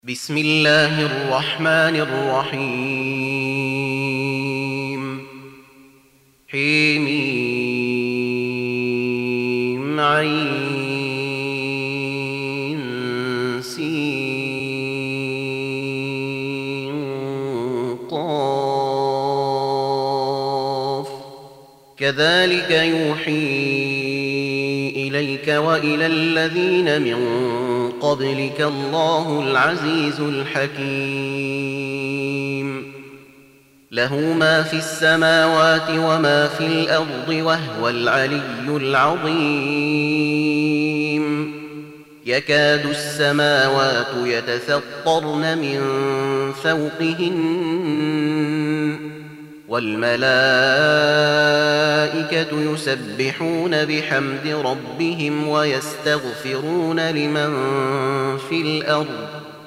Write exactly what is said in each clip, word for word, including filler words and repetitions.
بسم الله الرحمن الرحيم حميم عين سين قاف كذلك يوحي إليك وإلى الذين من قبلك الله العزيز الحكيم له ما في السماوات وما في الأرض وهو العلي العظيم يكاد السماوات يتفطرن من فوقهن والملائكة يسبحون بحمد ربهم ويستغفرون لمن في الأرض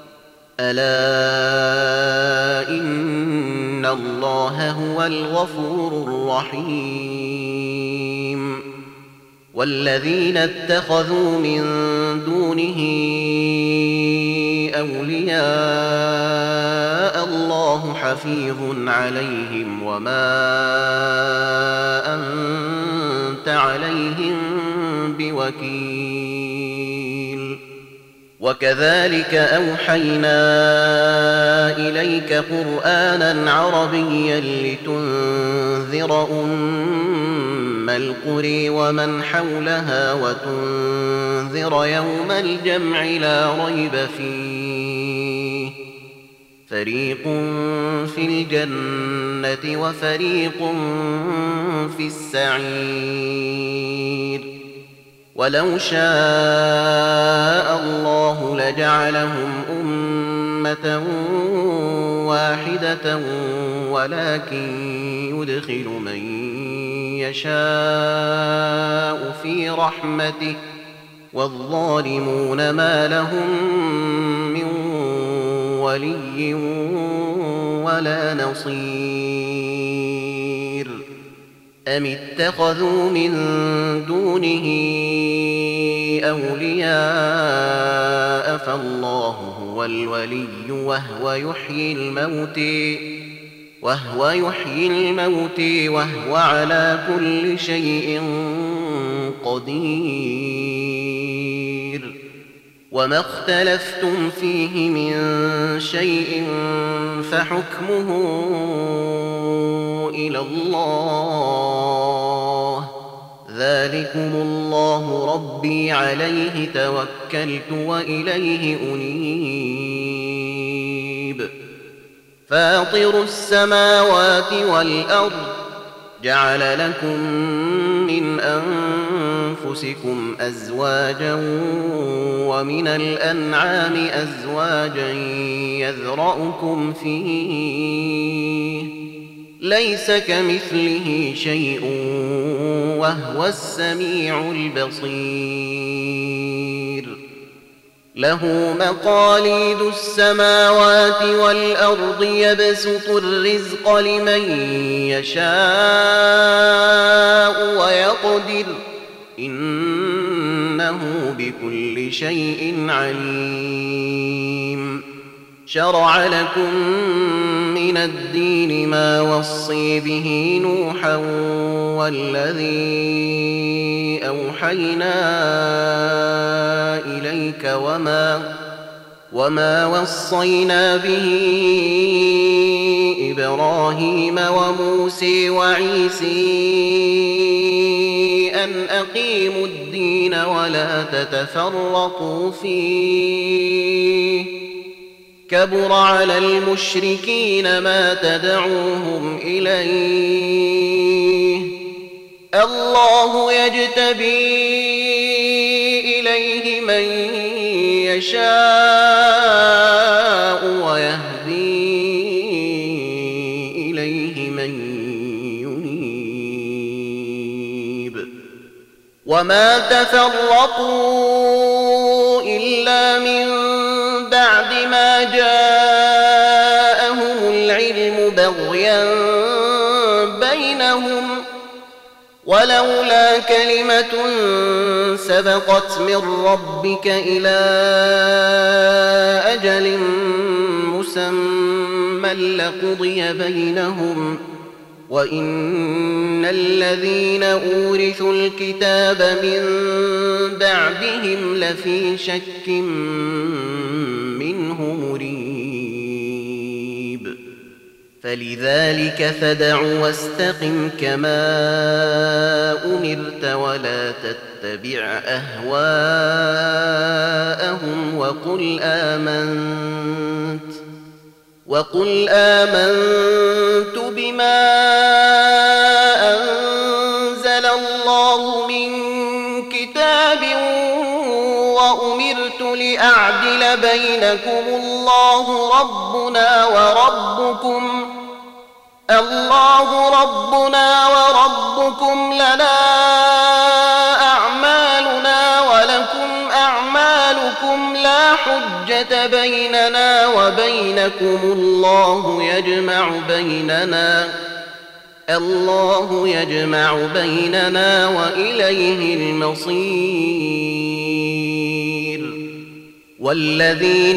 ألا إن الله هو الغفور الرحيم والذين اتخذوا من دونه أولياء الله حفيظ عليهم وما أنت عليهم بوكيل وكذلك أوحينا إليك قرآنا عربيا لتنذر أم القرى ومن حولها وتنذر يوم الجمع لا ريب فيه فريق في الجنة وفريق في السعير ولو شاء الله لجعلهم أمة واحدة ولكن يدخل من يشاء في رحمته والظالمون ما لهم من ولي ولا نصير أم اتخذوا من دونه أولياء فالله هو الولي وهو يحيي الموت وهو يحيي الموت وهو على كل شيء قدير وما اختلفتم فيه من شيء فحكمه إلى الله ذلكم الله ربي عليه توكلت وإليه أنيب فاطر السماوات والأرض جعل لكم من أنفسكم أزواجا ومن الأنعام أزواجا يذرأكم فيه ليس كمثله شيء وهو السميع البصير له مقاليد السماوات والأرض يبسط الرزق لمن يشاء ويقدر إنه بكل شيء عليم شرع لكم من الدين ما وصي به نوحا والذي أوحينا إليك وما وما وصينا به إبراهيم وموسى وعيسى أن أقيموا الدين ولا تتفرقوا فيه كبر على المشركين ما تدعوهم إليه الله يجتبي إليه من يشاء ويهدي إليه من ينيب وما تفرقوا إلا من بعد ما جاءهم العلم بغيا بينهم ولولا كلمة سبقت من ربك إلى أجل مسمى لقضي بينهم وإن الذين أورثوا الكتاب من بعدهم لفي شك منه مريب فلذلك فادع واستقم كما أمرت ولا تتبع أهواءهم وقل آمنت وقل آمنت بما أنزل الله من كتاب وأمرت لأعدل بينكم الله ربنا وربكم الله ربنا وربكم لنا أعمالنا ولكم أعمالكم لا حجة بيننا وبينكم الله يجمع بيننا الله يجمع بيننا وإليه المصير والذين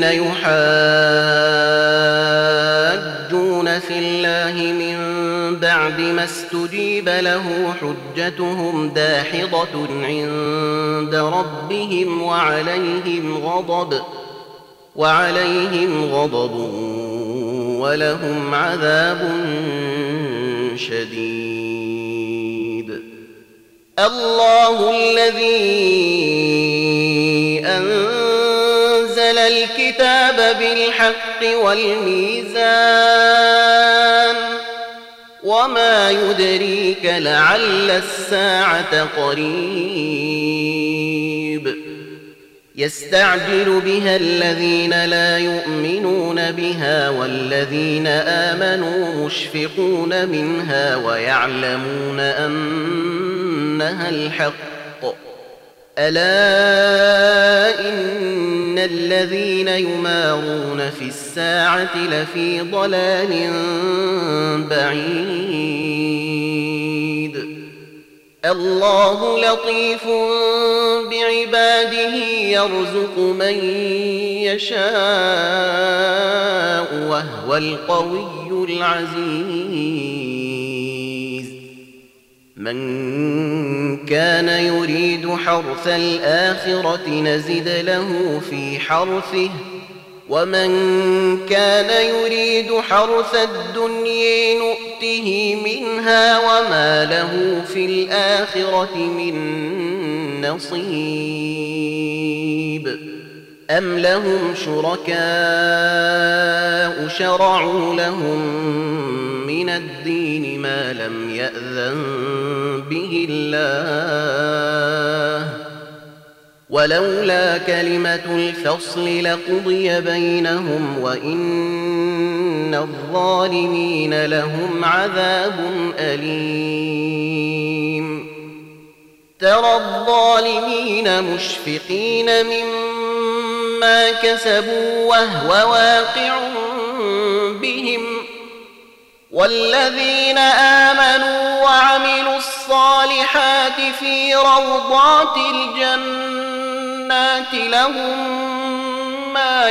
يحاجون في الله من بعد ما استجيب له حجتهم داحضة عند ربهم وعليهم غضب وعليهم غضب ولهم عذاب شديد الله الذي أنزل الكتاب بالحق والميزان وما يدريك لعل الساعة قريب يستعجل بها الذين لا يؤمنون بها والذين آمنوا مشفقون منها ويعلمون أنها الحق ألا إن الذين يمارون في الساعة لفي ضلال بعيد الله لطيف بعباده يرزق من يشاء وهو القوي العزيز من كان يريد حرث الآخرة نزد له في حرثه ومن كان يريد حرث الدنيا نؤته منها وما له في الآخرة من نصيب أم لهم شركاء شرعوا لهم من الدين ما لم يأذن به الله ولولا كلمة الفصل لقضي بينهم وإن الظالمين لهم عذاب أليم ترى الظالمين مشفقين مما كسبوا وهو واقع بهم والذين آمنوا وعملوا الصالحات في روضات الجنات لهم ما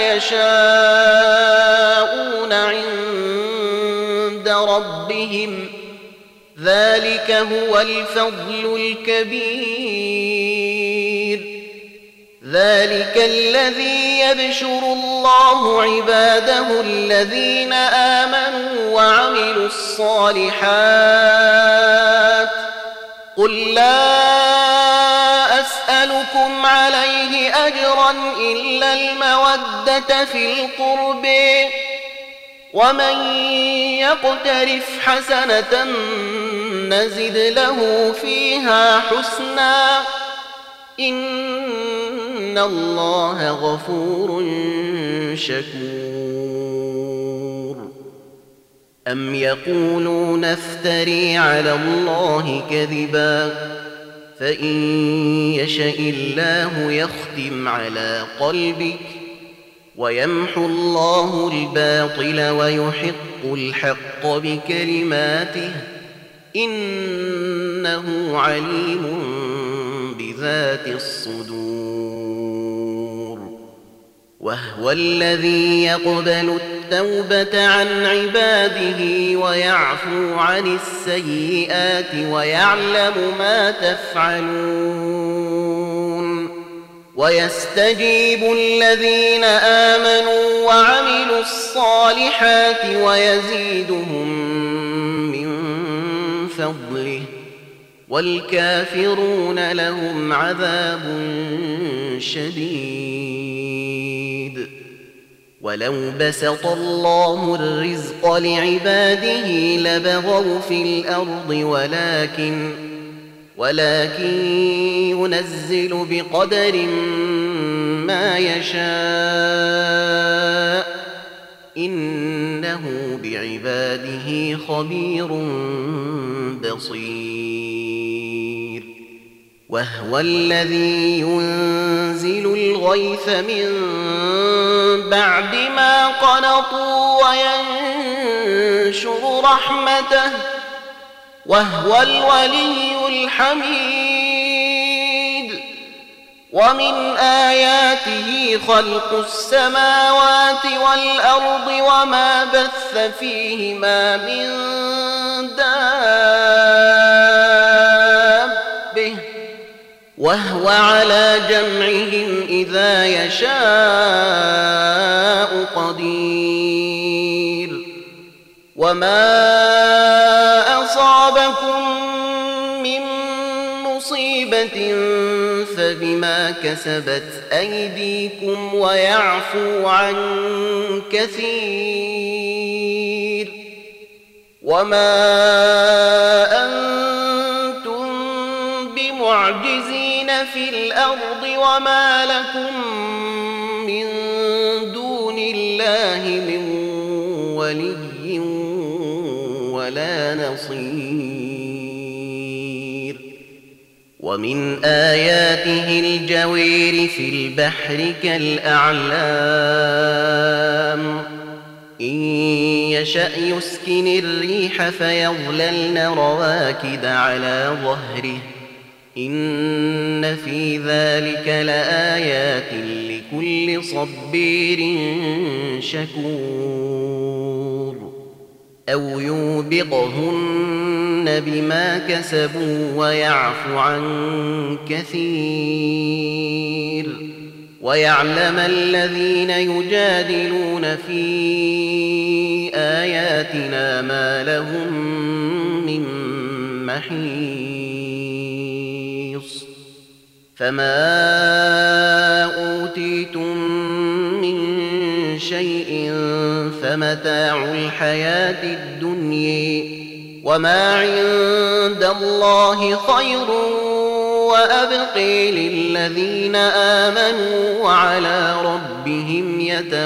يشاءون عند ربهم ذلك هو الفضل الكبير ذلك الذي يبشر الله عباده الذين آمنوا وعملوا الصالحات قل لا أسألكم عليه أجرا إلا المودة في القرب ومن يقترف حسنة نزد له فيها حسنا إن الله غفور شكور أم يقولون افتري على الله كذبا فإن يشأ الله يختم على قلبك ويمحو الله الباطل ويحق الحق بكلماته إنه عليم بذات الصدور. وهو الذي يقبل التوبة عن عباده ويعفو عن السيئات ويعلم ما تفعلون، ويستجيب الذين آمنوا وعملوا الصالحات ويزيدهم من فضله، والكافرون لهم عذاب شديد. ولو بسط الله الرزق لعباده لبغوا في الأرض ولكن ولكن ينزل بقدر ما يشاء إنه بعباده خبير بصير. وهو الذي ينزل الغيث من بعد ما قنطوا وينشر رحمته وهو الولي الحميد. ومن آياته خلق السماوات والأرض وما بث فيهما من دابة وهو على جمعهم إذا يشاء قدير. وما أصابكم من مصيبة فبما كسبت أيديكم ويعفو عن كثير. وما أنتم بمعجزين في الأرض وما لكم من دون الله من ولي ولا نصير. ومن آياته الجوير في البحر كالأعلام إن يشأ يسكن الريح فيظللن رواكد على ظهره إن في ذلك لآيات لكل صبير شكور. أو يوبقهن بما كسبوا ويعفو عن كثير. ويعلم الذين يجادلون في آياتنا ما لهم من محيص. فما أوتيتم من شيء فمتاع الحياة الدنيا وما عند الله خير وأبقي للذين آمنوا وعلى ربهم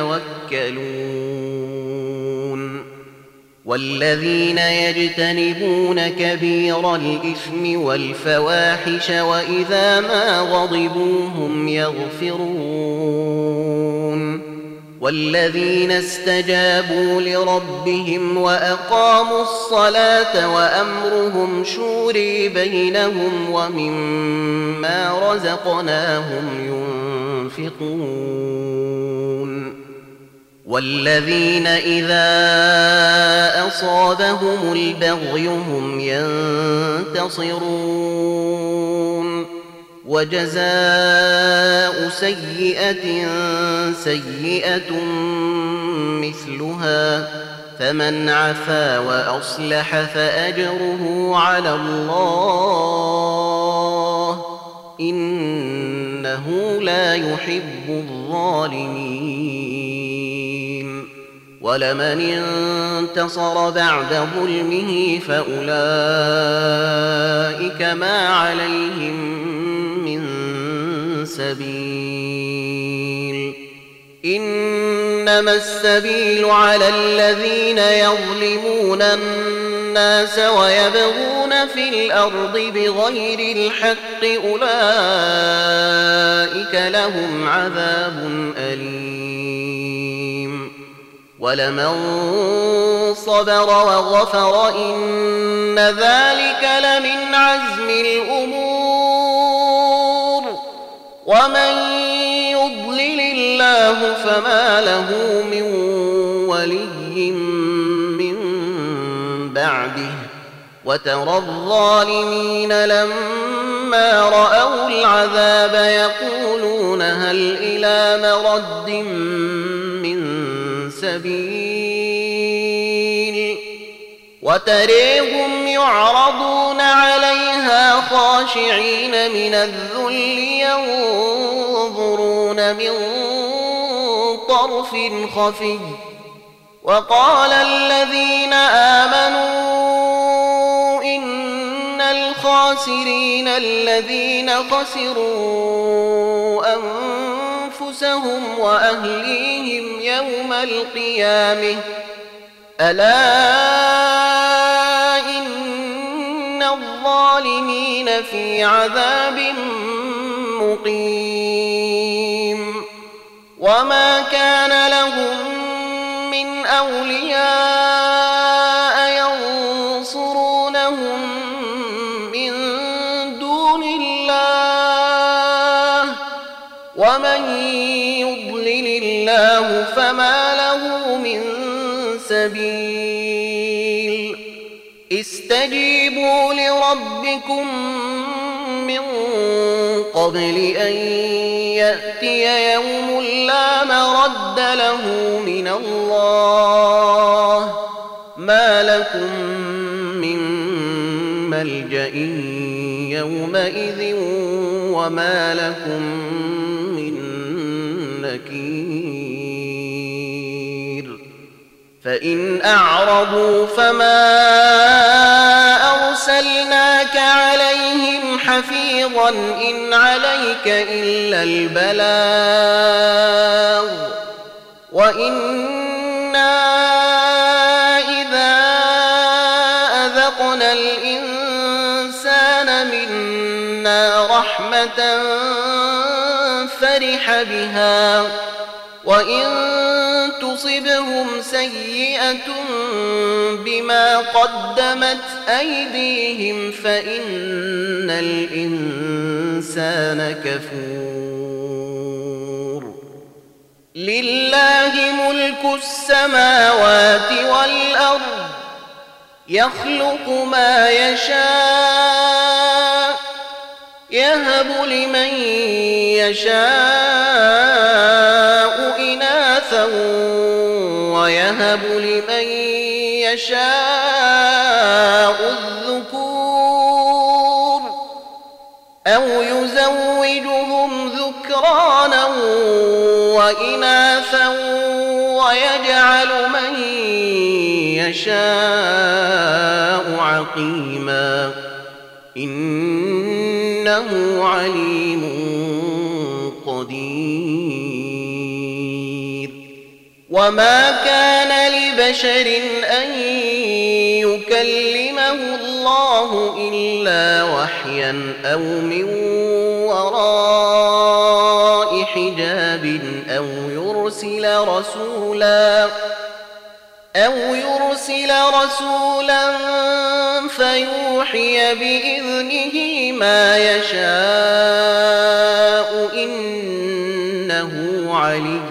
يتوكلون. والذين يجتنبون كبير الإثم والفواحش وإذا ما غضبوا هم يغفرون. والذين استجابوا لربهم وأقاموا الصلاة وأمرهم شورى بينهم ومما رزقناهم ينفقون. والذين إذا أصابهم البغي هم ينتصرون. وجزاء سيئة سيئة مثلها فمن عفا وأصلح فأجره على الله إنه لا يحب الظالمين. ولمن انتصر بعد ظلمه فأولئك ما عليهم سبيل. إنما السبيل على الذين يظلمون الناس ويبغون في الأرض بغير الحق أولئك لهم عذاب أليم. ولمن صبر وغفر إن ذلك لمن عزم الأمور ومن يضلل الله فما له من ولي من بعده وترى الظالمين لما رأوا العذاب يقولون هل إلى مرد من سبيل وتريهم يعرضون عليها خاشعين من الذل ينظرون من طرف خفي وقال الذين آمنوا إن الخاسرين الذين خسروا أنفسهم وأهليهم يوم القيامة ألا إن الظالمين في عذاب مقيم وما كان لهم من أولياء ينصرونهم من دون الله ومن يضلل الله فما له من سبيل استجيبوا لربكم من قبل أن يأتي يوم لا مرد له من الله ما لكم من ملجأ يومئذ وما لكم من نكير فإن أعرضوا فما أرسلناك عليهم حفيظا إن عليك إلا البلاغ وإنا إذا أذقنا الإنسان منا رحمة فرح بها وإن تصبهم سيئة بما قدمت أيديهم فإن الإنسان كفور لله ملك السماوات والأرض يخلق ما يشاء يهب لمن يشاء إناثا ويهب لمن يشاء الذكور أو يزوجهم ذكرانا وإناثا ويجعل من يشاء عقيما إنه عليم قدير وما كان لبشر أن يكلمه الله إلا وحيا أو من وراء حجاب أو يرسل رسولا أو يرسل رسولا فيوحي بإذنه ما يشاء إنه علي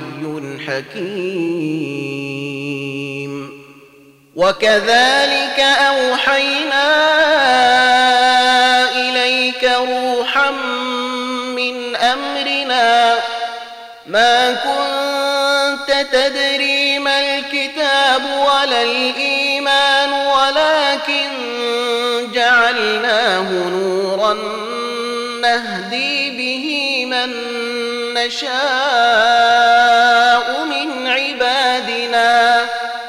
حكيم وكذلك أوحينا إليك روحا من أمرنا ما كنت تدري ما الكتاب ولا الإيمان ولكن جعلناه نورا نهدي به من نشاء من عبادنا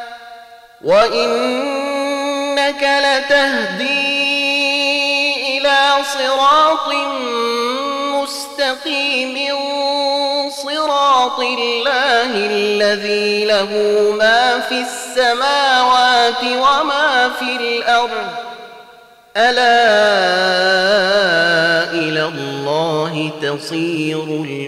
وإنك لتهدي إلى صراط مستقيم صراط الله الذي له ما في السماوات وما في الأرض ألا إلى الله تصير